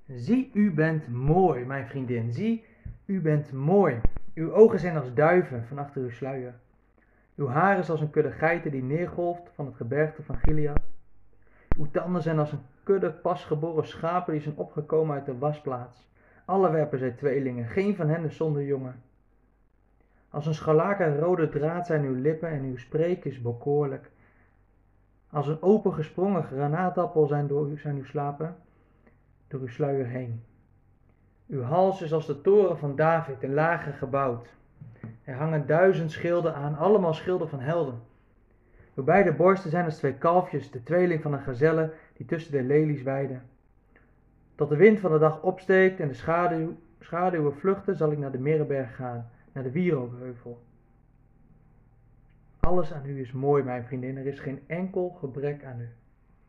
Zie, u bent mooi, mijn vriendin. Zie, u bent mooi. Uw ogen zijn als duiven van achter uw sluier. Uw haar is als een kudde geiten die neergolft van het gebergte van Gilead. Uw tanden zijn als een kudde pasgeboren schapen die zijn opgekomen uit de wasplaats. Alle werpen zij tweelingen, geen van hen is zonder jongen. Als een scharlakenrode draad zijn uw lippen en uw spreken is bekoorlijk. Als een opengesprongen granaatappel zijn uw slapen door uw sluier heen. Uw hals is als de toren van David, in lagen gebouwd. Er hangen 1000 schilden aan, allemaal schilden van helden. Uw beide borsten zijn als 2 kalfjes, de tweeling van een gazelle die tussen de lelies weiden. Tot de wind van de dag opsteekt en de schaduwen vluchten, zal ik naar de Merenberg gaan, naar de Wierookheuvel. Alles aan u is mooi, mijn vriendin, er is geen enkel gebrek aan u.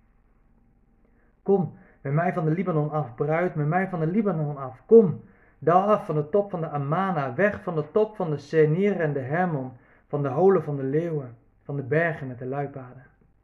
Kom, met mij van de Libanon af, bruid, met mij van de Libanon af, kom. Daal af van de top van de Amana, weg van de top van de Senir en de Hermon, van de holen van de leeuwen, van de bergen met de luipaarden.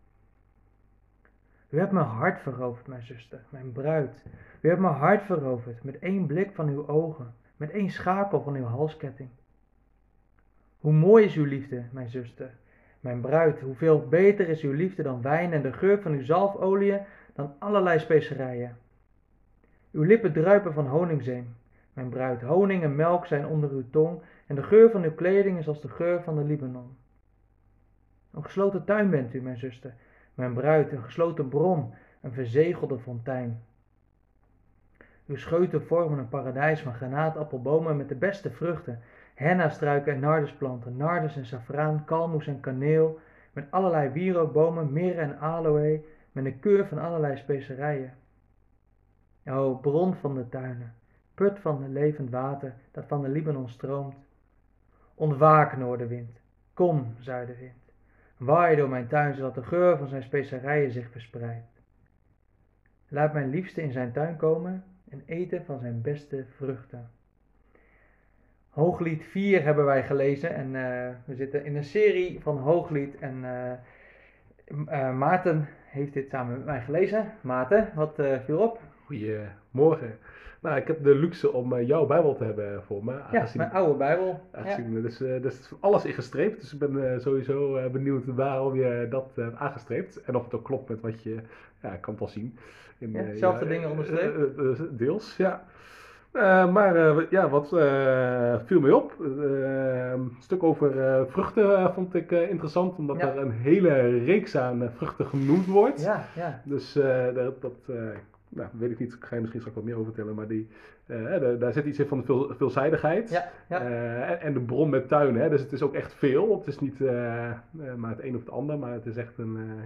U hebt mijn hart veroverd, mijn zuster, mijn bruid. U hebt mijn hart veroverd, met 1 blik van uw ogen, met 1 schakel van uw halsketting. Hoe mooi is uw liefde, mijn zuster, mijn bruid, hoeveel beter is uw liefde dan wijn en de geur van uw zalfolie dan allerlei specerijen. Uw lippen druipen van honingzeem, mijn bruid, honing en melk zijn onder uw tong en de geur van uw kleding is als de geur van de Libanon. Een gesloten tuin bent u, mijn zuster, mijn bruid, een gesloten bron, een verzegelde fontein. Uw scheuten vormen een paradijs van granaatappelbomen met de beste vruchten, hennastruiken en nardusplanten, nardus en saffraan, kalmoes en kaneel, met allerlei wierookbomen, mirre en aloë, met een keur van allerlei specerijen. O, bron van de tuinen, put van het levend water dat van de Libanon stroomt. Ontwaak, noordenwind, kom, zuidenwind, waai door mijn tuin zodat de geur van zijn specerijen zich verspreidt. Laat mijn liefste in zijn tuin komen en eten van zijn beste vruchten. Hooglied 4 hebben wij gelezen en we zitten in een serie van Hooglied en Maarten heeft dit samen met mij gelezen. Maarten, wat viel op? Goedemorgen. Nou, ik heb de luxe om jouw Bijbel te hebben voor me. Ja, mijn oude Bijbel. Dus alles ingestreept, dus ik ben sowieso benieuwd waarom je dat hebt aangestreept. En of het ook klopt met wat je, ik kan het wel zien. Zelfde dingen onderstreept? Deels, ja. Wat viel mij op? Een stuk over vruchten vond ik interessant, omdat er een hele reeks aan vruchten genoemd wordt. Ja. Dus weet ik niet, ik ga je misschien straks wat meer over vertellen, maar daar zit iets in van de veelzijdigheid. En de bron met tuinen, dus het is ook echt veel. Het is niet maar het een of het ander, maar het is echt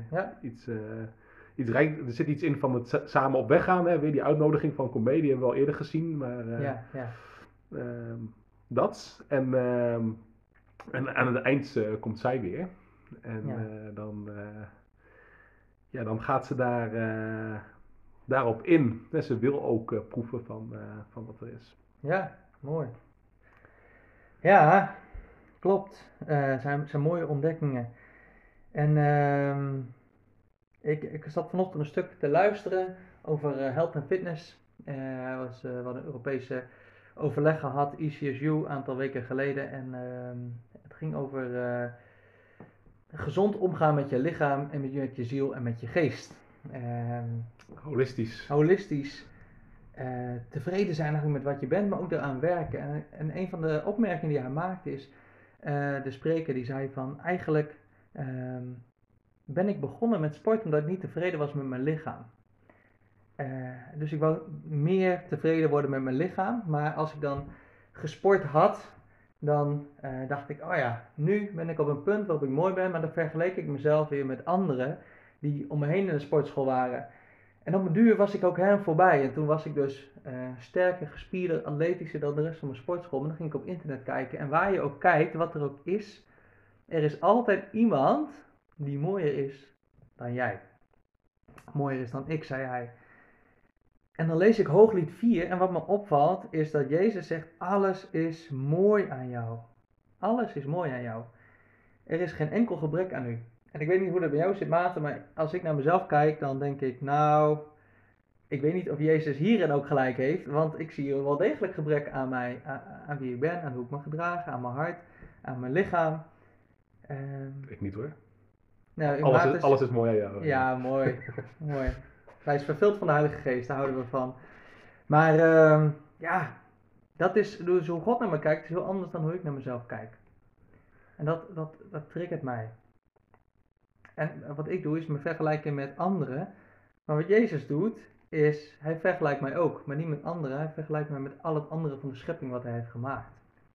iets rijk. Er zit iets in van het samen op weg gaan, weer die uitnodiging van Comedie die hebben we al eerder gezien, maar dat. En aan het eind komt zij weer. En dan gaat ze daarop in. En ze wil ook proeven van wat er is. Ja, mooi. Ja, klopt. Zijn mooie ontdekkingen. En ik zat vanochtend een stuk te luisteren over health en fitness. We hadden een Europese overleg gehad, ECSU, een aantal weken geleden. En het ging over gezond omgaan met je lichaam en met je ziel en met je geest. Holistisch. Tevreden zijn eigenlijk met wat je bent, maar ook eraan werken. En een van de opmerkingen die hij maakte is, de spreker die zei van, eigenlijk ben ik begonnen met sport omdat ik niet tevreden was met mijn lichaam. Dus ik wou meer tevreden worden met mijn lichaam, maar als ik dan gesport had, dan dacht ik, nu ben ik op een punt waarop ik mooi ben, maar dan vergeleek ik mezelf weer met anderen die om me heen in de sportschool waren. En op een duur was ik ook hen voorbij. En toen was ik dus sterker, gespierder, atletischer dan de rest van mijn sportschool. Maar dan ging ik op internet kijken. En waar je ook kijkt, wat er ook is, er is altijd iemand die mooier is dan jij. Mooier is dan ik, zei hij. En dan lees ik Hooglied 4 en wat me opvalt is dat Jezus zegt, alles is mooi aan jou. Alles is mooi aan jou. Er is geen enkel gebrek aan u. En ik weet niet hoe dat bij jou zit, Maarten, maar als ik naar mezelf kijk, dan denk ik, ik weet niet of Jezus hierin ook gelijk heeft, want ik zie hier wel degelijk gebrek aan mij, aan wie ik ben, aan hoe ik me gedragen, aan mijn hart, aan mijn lichaam. Ik niet hoor. Nou, Alles is mooi aan jou. Ja, mooi. Mooi. Wij is vervuld van de Heilige Geest, daar houden we van. Maar ja, dat is dus hoe God naar me kijkt, is heel anders dan hoe ik naar mezelf kijk. En dat triggert mij. En wat ik doe is me vergelijken met anderen. Maar wat Jezus doet, is hij vergelijkt mij ook. Maar niet met anderen, hij vergelijkt mij met al het andere van de schepping wat hij heeft gemaakt.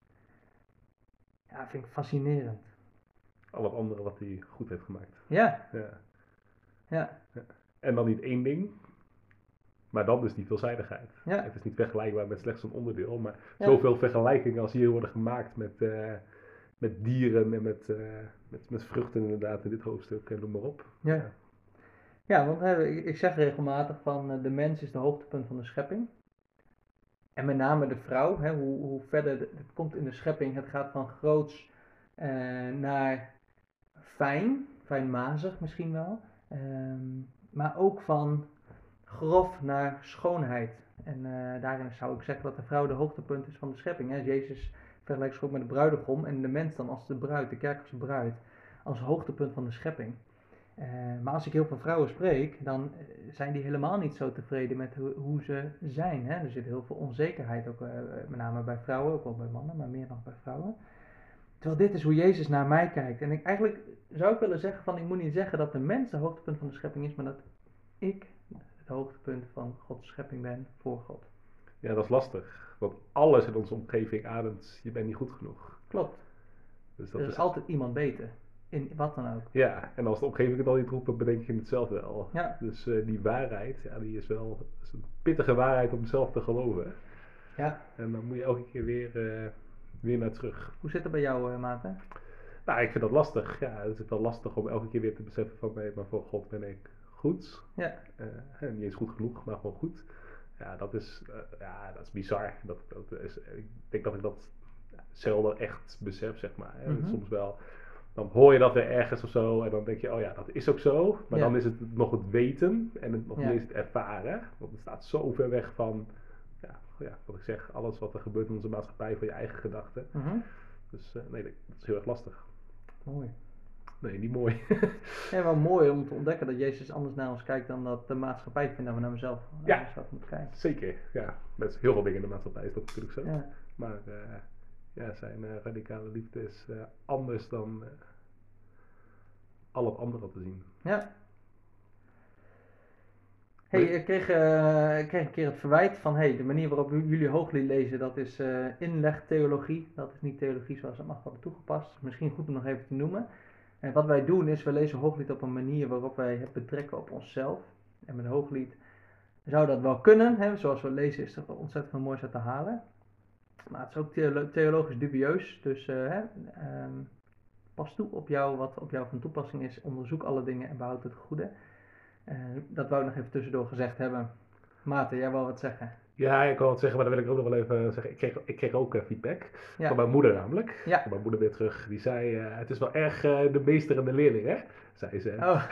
Ja, dat vind ik fascinerend. Al het andere wat hij goed heeft gemaakt. Ja. Ja. En dan niet één ding, maar dan dus die veelzijdigheid. Ja. Het is niet vergelijkbaar met slechts een onderdeel, maar zoveel vergelijkingen als hier worden gemaakt met dieren en met vruchten inderdaad in dit hoofdstuk en noem maar op. Ja, want ik zeg regelmatig van de mens is de hoogtepunt van de schepping. En met name de vrouw, hoe verder het komt in de schepping, het gaat van groots naar fijnmazig misschien wel. Maar ook van grof naar schoonheid. En daarin zou ik zeggen dat de vrouw de hoogtepunt is van de schepping. Hè? Jezus vergelijkt zich ook met de bruidegom en de mens dan als de bruid, de kerk als de bruid, als hoogtepunt van de schepping. Maar als ik heel veel vrouwen spreek, dan zijn die helemaal niet zo tevreden met hoe ze zijn. Hè? Er zit heel veel onzekerheid, ook met name bij vrouwen, ook wel bij mannen, maar meer dan bij vrouwen. Terwijl dit is hoe Jezus naar mij kijkt. En eigenlijk zou ik willen zeggen van, ik moet niet zeggen dat de mens het hoogtepunt van de schepping is, maar dat ik het hoogtepunt van Gods schepping ben voor God. Ja, dat is lastig. Want alles in onze omgeving ademt, je bent niet goed genoeg. Klopt. Dus er is altijd iemand beter. In wat dan ook. Ja, en als de omgeving het al niet roept, dan bedenk je het zelf wel. Ja. Dus die waarheid, ja, die is wel een pittige waarheid om zelf te geloven. Ja. En dan moet je elke keer weer naar terug. Hoe zit het bij jou, Maarten? Nou, ik vind dat lastig. Ja, het is wel lastig om elke keer weer te beseffen van, nee, maar voor God ben ik goed. Ja. Niet eens goed genoeg, maar gewoon goed. Ja, dat is bizar. Ik denk dat ik dat zelden echt besef, zeg maar. Mm-hmm. Soms wel, dan hoor je dat weer ergens of zo en dan denk je, oh ja, dat is ook zo. Maar dan is het nog het weten en het nog niet eens het ervaren. Want het staat zo ver weg van, wat ik zeg, alles wat er gebeurt in onze maatschappij, van je eigen gedachten. Mm-hmm. Dus nee, dat is heel erg lastig. Mooi. Nee, niet mooi. Ja, wel mooi om te ontdekken dat Jezus anders naar ons kijkt dan dat de maatschappij vindt dat we naar mezelf moeten kijken. Zeker. Ja, met heel veel dingen in de maatschappij is dat natuurlijk zo. Ja. Maar zijn radicale liefde is anders dan al het andere te zien. Ja. Hey, ik kreeg een keer het verwijt van, de manier waarop jullie Hooglied lezen, dat is inlegtheologie. Dat is niet theologie zoals het mag worden toegepast. Misschien goed om nog even te noemen. En wat wij doen is, we lezen Hooglied op een manier waarop wij het betrekken op onszelf. En met Hooglied zou dat wel kunnen. Hè? Zoals we lezen is er ontzettend veel moois uit te halen. Maar het is ook theologisch dubieus. Dus pas toe op jou wat op jou van toepassing is. Onderzoek alle dingen en behoud het goede. Dat wou ik nog even tussendoor gezegd hebben. Maarten, jij wou wat zeggen? Ja, ik wil wat zeggen, maar dan wil ik ook nog wel even zeggen. Ik kreeg ook feedback van mijn moeder namelijk. Ja. Van mijn moeder weer terug. Die zei, het is wel erg de meester en de leerling, hè? Zei ze. Oh.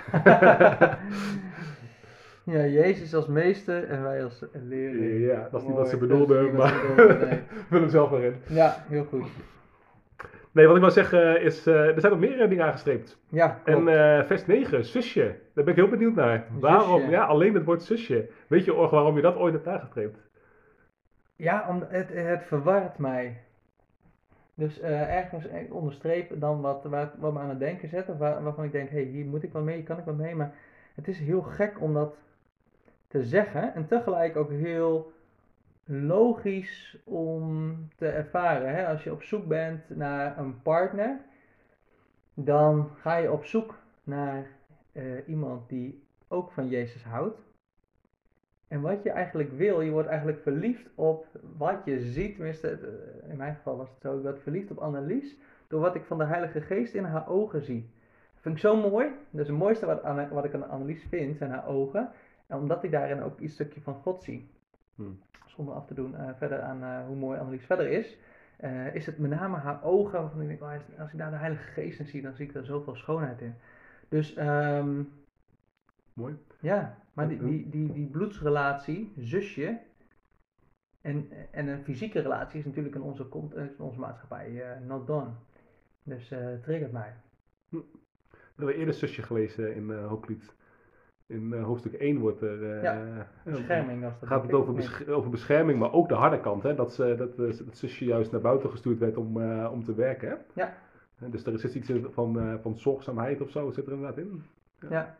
Ja, Jezus als meester en wij als leerling. Ja, dat is niet wat ze bedoelden, maar vul hem zelf maar in. Ja, heel goed. Nee, wat ik wil zeggen is, er zijn nog meer dingen aangestreept. Ja, klopt. En vers 9, zusje. Daar ben ik heel benieuwd naar. Waarom? Ja, alleen het woord zusje. Weet je, Org, waarom je dat ooit hebt aangestreept? Ja, het verwart mij. Dus ergens onderstrepen dan wat me aan het denken zet. Of waarvan ik denk, hier moet ik wel mee, kan ik wel mee. Maar het is heel gek om dat te zeggen. En tegelijk ook heel logisch om te ervaren. Hè? Als je op zoek bent naar een partner, dan ga je op zoek naar iemand die ook van Jezus houdt. En wat je eigenlijk wil, je wordt eigenlijk verliefd op wat je ziet. Tenminste, in mijn geval was het zo, ik werd verliefd op Annelies door wat ik van de Heilige Geest in haar ogen zie. Dat vind ik zo mooi. Dus het mooiste wat ik aan Annelies vind, zijn haar ogen. En omdat ik daarin ook iets stukje van God zie. Zonder af te doen verder aan hoe mooi Annelies verder is het met name haar ogen waarvan ik denk, als ik daar de Heilige Geest in zie, dan zie ik daar zoveel schoonheid in. Dus Mooi. Ja, maar die bloedsrelatie, zusje, en een fysieke relatie is natuurlijk in onze maatschappij not done. Dus triggert mij. We hebben eerder zusje gelezen in Hooglied. In hoofdstuk 1 wordt er... bescherming was dat. Gaat het over bescherming, maar ook de harde kant. Hè? Dat zusje juist naar buiten gestuurd werd om te werken. Hè? Ja. Dus er zit iets van zorgzaamheid of zo, zit er inderdaad in. Ja.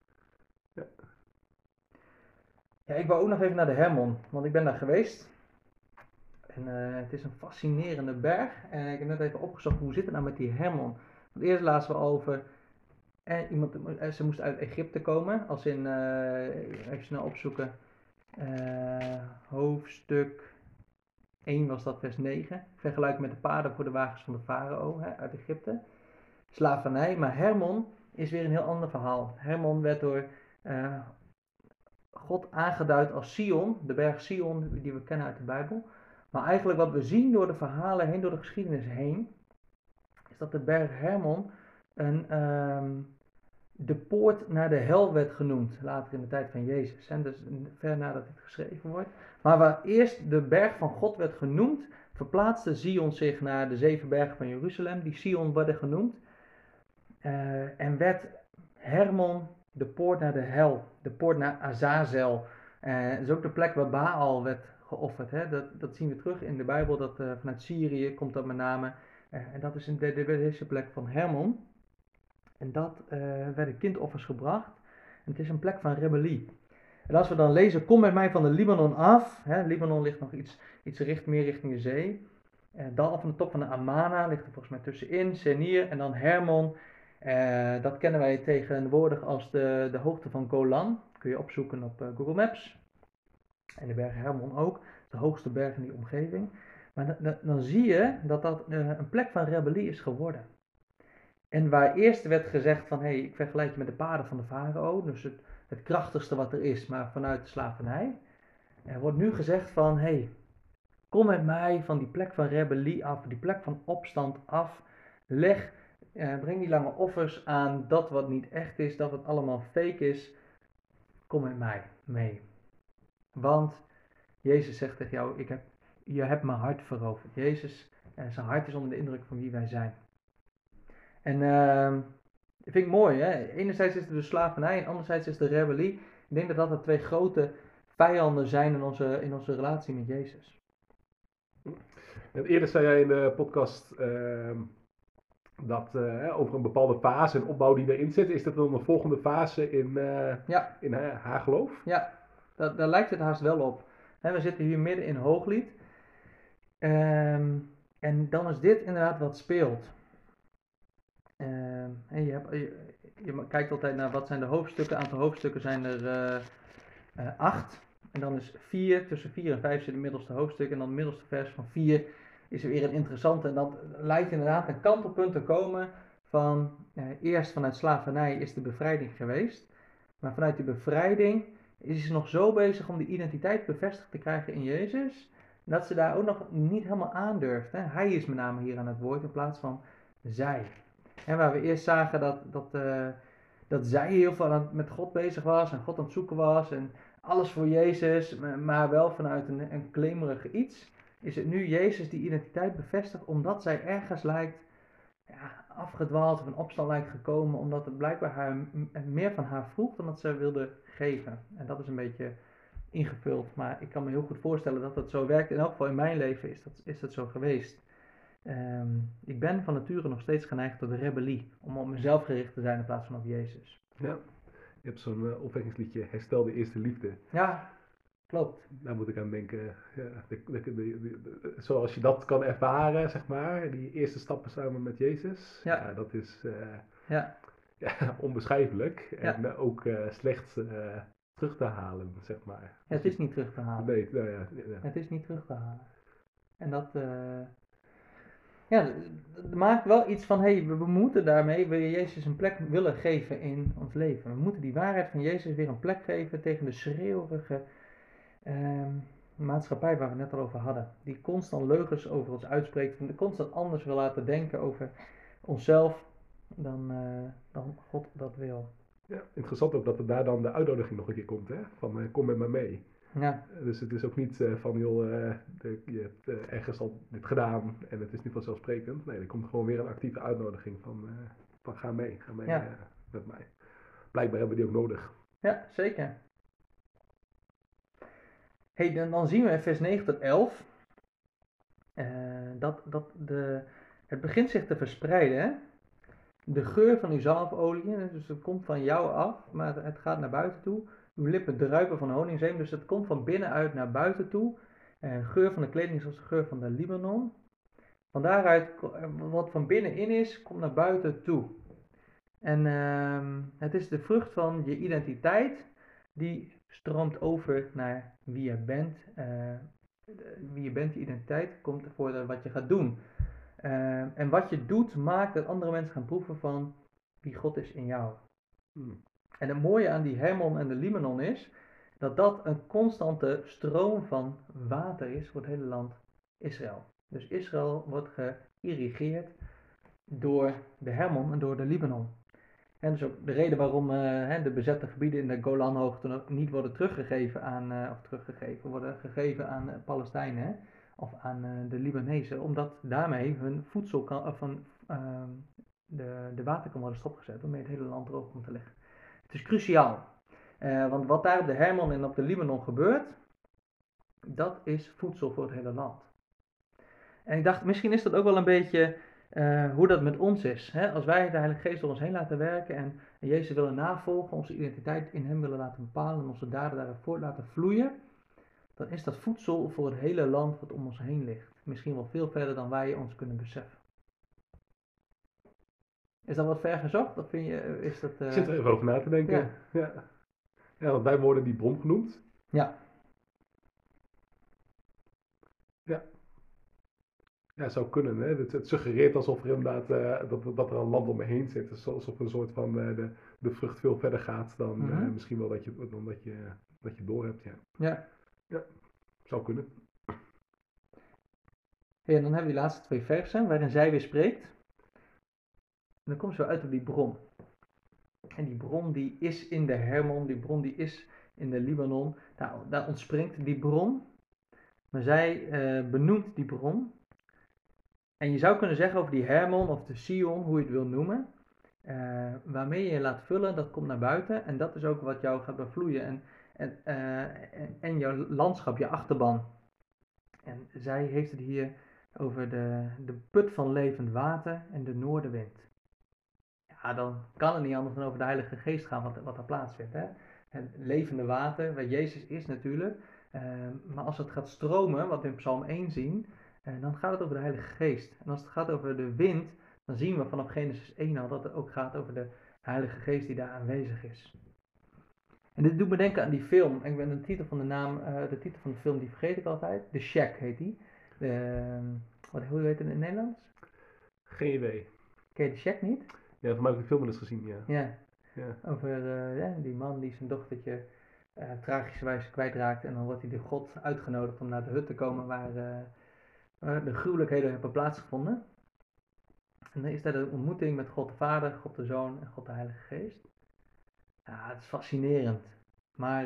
Ja, ik wou ook nog even naar de Hermon, want ik ben daar geweest. En het is een fascinerende berg. En ik heb net even opgezocht, hoe zit het nou met die Hermon? Want eerst lazen we over, ze moest uit Egypte komen. Als in, even snel opzoeken, hoofdstuk 1 was dat vers 9. Vergelijken met de paarden voor de wagens van de farao uit Egypte. Slavernij, maar Hermon is weer een heel ander verhaal. Hermon werd door God aangeduid als Sion, de berg Sion die we kennen uit de Bijbel. Maar eigenlijk wat we zien door de verhalen heen, door de geschiedenis heen, is dat de berg Hermon de poort naar de hel werd genoemd, later in de tijd van Jezus. En dus ver nadat dit geschreven wordt. Maar waar eerst de berg van God werd genoemd, verplaatste Sion zich naar de 7 bergen van Jeruzalem, die Sion worden genoemd. En werd Hermon de poort naar de hel, de poort naar Azazel. Dat is ook de plek waar Baal werd geofferd. Hè? Dat zien we terug in de Bijbel, dat vanuit Syrië komt dat met name. En dat is deze plek van Hermon. En dat werden kindoffers gebracht. En het is een plek van rebellie. En als we dan lezen, kom met mij van de Libanon af. Hè? Libanon ligt nog iets meer richting de zee. Dal van de top van de Amana ligt er volgens mij tussenin. Senir en dan Hermon. Dat kennen wij tegenwoordig als de hoogte van Golan. Kun je opzoeken op Google Maps. En de berg Hermon ook. De hoogste berg in die omgeving. Maar dan zie je dat dat een plek van rebellie is geworden. En waar eerst werd gezegd van, hey, ik vergelijk je met de paarden van de farao. Dus het krachtigste wat er is, maar vanuit de slavernij. Er wordt nu gezegd van, hey, kom met mij van die plek van rebellie af. Die plek van opstand af. Breng die lange offers aan dat wat niet echt is, dat wat allemaal fake is. Kom met mij mee. Want Jezus zegt tegen jou, je hebt mijn hart veroverd. Jezus, zijn hart is onder de indruk van wie wij zijn. En dat vind ik mooi. Hè? Enerzijds is er de slavernij en anderzijds is de rebellie. Ik denk dat dat 2 grote vijanden zijn in onze relatie met Jezus. En eerder zei jij in de podcast dat over een bepaalde fase en opbouw die erin zit. Is dat dan een volgende fase in haar geloof? Ja, daar lijkt het haast wel op. We zitten hier midden in Hooglied. En dan is dit inderdaad wat speelt. Je kijkt altijd naar wat zijn de hoofdstukken. Een aantal hoofdstukken zijn er 8. En dan is tussen 4 en 5 zit het middelste hoofdstuk. En dan het middelste vers van 4 is er weer een interessante. En dat lijkt inderdaad een kantelpunt te komen van eerst vanuit slavernij is de bevrijding geweest. Maar vanuit die bevrijding is ze nog zo bezig om die identiteit bevestigd te krijgen in Jezus. Dat ze daar ook nog niet helemaal aandurft. Hè. Hij is met name hier aan het woord in plaats van zij. En waar we eerst zagen dat zij heel veel met God bezig was en God aan het zoeken was en alles voor Jezus, maar wel vanuit een claimerig iets, is het nu Jezus die identiteit bevestigt omdat zij ergens lijkt afgedwaald of in opstand lijkt gekomen, omdat het blijkbaar meer van haar vroeg dan dat ze wilde geven. En dat is een beetje ingevuld, maar ik kan me heel goed voorstellen dat dat zo werkt. In elk geval in mijn leven is dat zo geweest. Ik ben van nature nog steeds geneigd tot de rebellie, om op mezelf gericht te zijn in plaats van op Jezus. Ja, je hebt zo'n opwekkingsliedje, Herstel de eerste liefde. Ja, klopt. Daar moet ik aan denken. Ja, zoals je dat kan ervaren, zeg maar, die eerste stappen samen met Jezus. Ja, dat is onbeschrijfelijk en ook slecht terug te halen, zeg maar. Ja, het is niet terug te halen. Nee, Het is niet terug te halen. En dat maakt wel iets van, we moeten daarmee Jezus een plek willen geven in ons leven. We moeten die waarheid van Jezus weer een plek geven tegen de schreeuwerige maatschappij waar we het net al over hadden. Die constant leugens over ons uitspreekt en constant anders wil laten denken over onszelf dan God dat wil. Ja, interessant ook dat er daar dan de uitnodiging nog een keer komt, hè? Van kom met me mee. Ja. Dus het is ook niet van, joh, je hebt ergens al dit gedaan en het is niet vanzelfsprekend. Nee, er komt gewoon weer een actieve uitnodiging van ga mee met mij. Blijkbaar hebben we die ook nodig. Ja, zeker. Hey, dan zien we in vers 9 tot 11 het begint zich te verspreiden. Hè? De geur van uw zalfolie, dus het komt van jou af, maar het gaat naar buiten toe. Uw lippen druipen van honingzeem, dus het komt van binnenuit naar buiten toe. Geur van de kleding is als de geur van de Libanon. Van daaruit, wat van binnenin is, komt naar buiten toe. En het is de vrucht van je identiteit, die stroomt over naar wie je bent. Wie je bent, je identiteit, komt voor wat je gaat doen. En wat je doet, maakt dat andere mensen gaan proeven van wie God is in jou. En het mooie aan die Hermon en de Libanon is, dat dat een constante stroom van water is voor het hele land Israël. Dus Israël wordt geïrrigeerd door de Hermon en door de Libanon. En dus ook de reden waarom de bezette gebieden in de Golanhoogte niet worden worden gegeven aan Palestijnen, hè, of aan de Libanezen, omdat daarmee hun voedsel de water kan worden stopgezet, waarmee het hele land droog komt te liggen. Het is cruciaal, want wat daar op de Hermon en op de Libanon gebeurt, dat is voedsel voor het hele land. En ik dacht, misschien is dat ook wel een beetje hoe dat met ons is. Hè? Als wij de Heilige Geest door ons heen laten werken en Jezus willen navolgen, onze identiteit in Hem willen laten bepalen en onze daden daarvoor laten vloeien, dan is dat voedsel voor het hele land wat om ons heen ligt. Misschien wel veel verder dan wij ons kunnen beseffen. Is dat wat ver gezocht? Of vind je, is dat, Ik zit er even over na te denken. Ja, want wij worden die bron genoemd. Ja. Ja. Ja, zou kunnen. Hè? Het suggereert alsof er inderdaad dat er een land om me heen zit. Dus alsof een soort van de vrucht veel verder gaat dan misschien wel dat je door hebt. Ja. Ja, zou kunnen. Ja, en dan hebben we die laatste 2 versen waarin zij weer spreekt. En dan komt ze uit op die bron. En die bron die is in de Hermon, die bron die is in de Libanon. Daar ontspringt die bron. Maar zij benoemt die bron. En je zou kunnen zeggen over die Hermon of de Sion, hoe je het wil noemen. Waarmee je je laat vullen, dat komt naar buiten. En dat is ook wat jou gaat bevloeien. En jouw landschap, je achterban. En zij heeft het hier over de put van levend water en de noordenwind. Ja, dan kan het niet anders dan over de Heilige Geest gaan wat daar plaatsvindt. Hè? Het levende water, waar Jezus is natuurlijk. Maar als het gaat stromen, wat we in Psalm 1 zien, dan gaat het over de Heilige Geest. En als het gaat over de wind, dan zien we vanaf Genesis 1 al dat het ook gaat over de Heilige Geest die daar aanwezig is. En dit doet me denken aan die film. Ik ben de titel van de film, die vergeet ik altijd. The Shack heet die. Hoe heet het in het Nederlands? Geen idee. Ken je The Shack niet? Ja, voor mij heb ik de film wel eens gezien, ja. Ja. Over die man die zijn dochtertje tragischerwijs kwijtraakt. En dan wordt hij door God uitgenodigd om naar de hut te komen waar de gruwelijkheden hebben plaatsgevonden. En dan is daar de ontmoeting met God de Vader, God de Zoon en God de Heilige Geest. Ja, het is fascinerend. Maar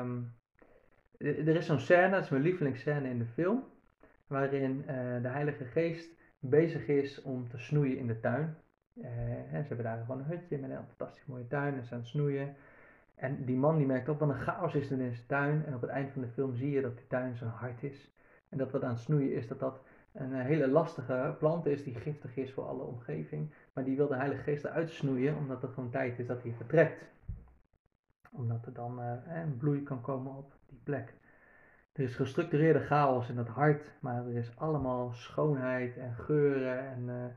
er is zo'n scène, dat is mijn lievelingsscène in de film, waarin de Heilige Geest bezig is om te snoeien in de tuin. Ze hebben daar gewoon een hutje met een fantastisch mooie tuin en ze aan het snoeien. En die man die merkt op wat een chaos is er in zijn tuin. En op het eind van de film zie je dat die tuin zijn hart is. En dat wat aan het snoeien is, dat een hele lastige plant is die giftig is voor alle omgeving. Maar die wil de Heilige Geest eruit snoeien, omdat het gewoon tijd is dat hij vertrekt. Omdat er dan een bloei kan komen op die plek. Er is gestructureerde chaos in dat hart, maar er is allemaal schoonheid en geuren. En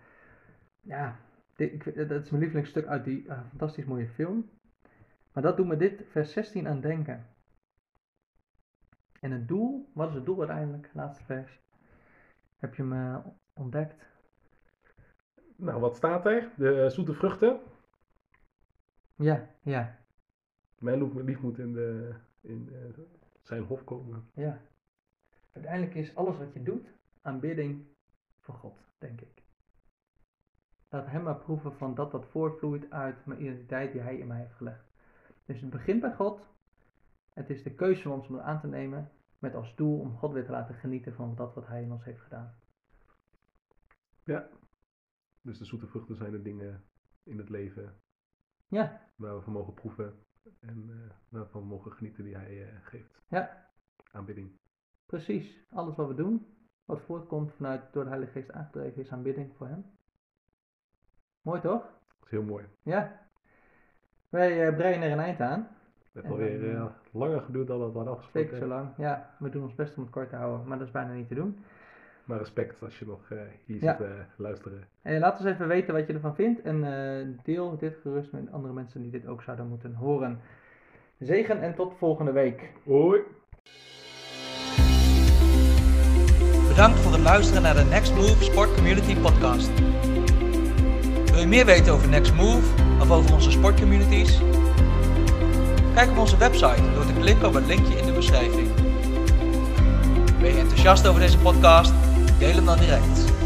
dat is mijn lievelingsstuk uit die fantastisch mooie film. Maar dat doet me dit vers 16 aan denken. En het doel, wat is het doel uiteindelijk? Laatste vers. Heb je me ontdekt? Nou, wat staat er? De zoete vruchten. Ja. Mijn lief moet in zijn hof komen. Ja. Uiteindelijk is alles wat je doet aanbidding voor God, denk ik. Laat hem maar proeven van dat wat voortvloeit uit mijn identiteit die hij in mij heeft gelegd. Dus het begint bij God. Het is de keuze van ons om het aan te nemen. Met als doel om God weer te laten genieten van dat wat hij in ons heeft gedaan. Ja. Dus de zoete vruchten zijn de dingen in het leven. Ja. Waar we van mogen proeven. En waarvan we mogen genieten die hij geeft. Ja. Aanbidding. Precies. Alles wat we doen. Wat voortkomt vanuit door de Heilige Geest aangedreven is aanbidding voor hem. Mooi toch? Dat is heel mooi. Ja. Wij breien er een eind aan. Het heeft alweer langer geduurd dan dat we hadden afgesproken. Zeker zo lang. Ja, we doen ons best om het kort te houden, maar dat is bijna niet te doen. Maar respect als je nog hier zit te luisteren. Laat ons even weten wat je ervan vindt en deel dit gerust met andere mensen die dit ook zouden moeten horen. Zegen en tot volgende week. Hoi. Bedankt voor het luisteren naar de Next Move Sport Community Podcast. Wil je meer weten over Next Move of over onze sportcommunities? Kijk op onze website door te klikken op het linkje in de beschrijving. Ben je enthousiast over deze podcast? Deel hem dan direct.